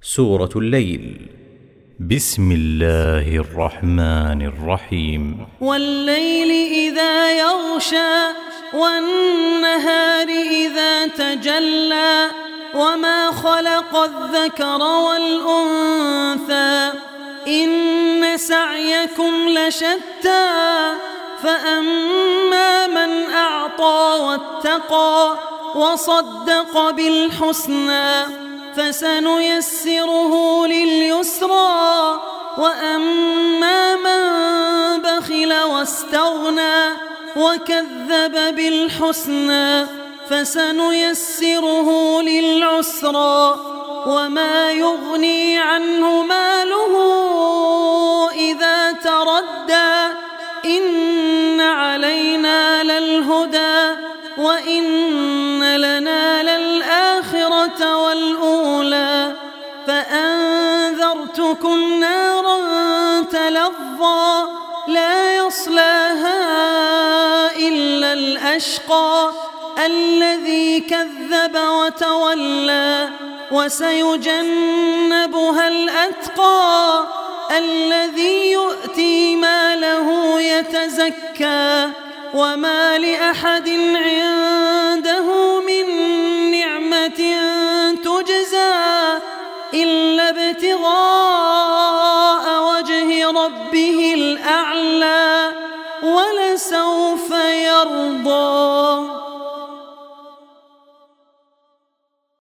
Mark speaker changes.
Speaker 1: سورة الليل. بسم الله الرحمن الرحيم.
Speaker 2: والليل إذا يغشى والنهار إذا تجلى وما خلق الذكر والأنثى إن سعيكم لشتى فأما من أعطى واتقى وصدق بالحسنى فسنيسره لليسرى وأما من بخل واستغنى وكذب بالحسنى فسنيسره للعسرى وما يغني عنه ماله إذا تردى إن علينا للهدى وإن لنا للآخرة والأولى فأنذرتكم نارا تلظى لا يصلاها إلا الأشقى الذي كذب وتولى وسيجنبها الأتقى الذي يؤتي ماله يتزكى وما لأحد عنده من نعمة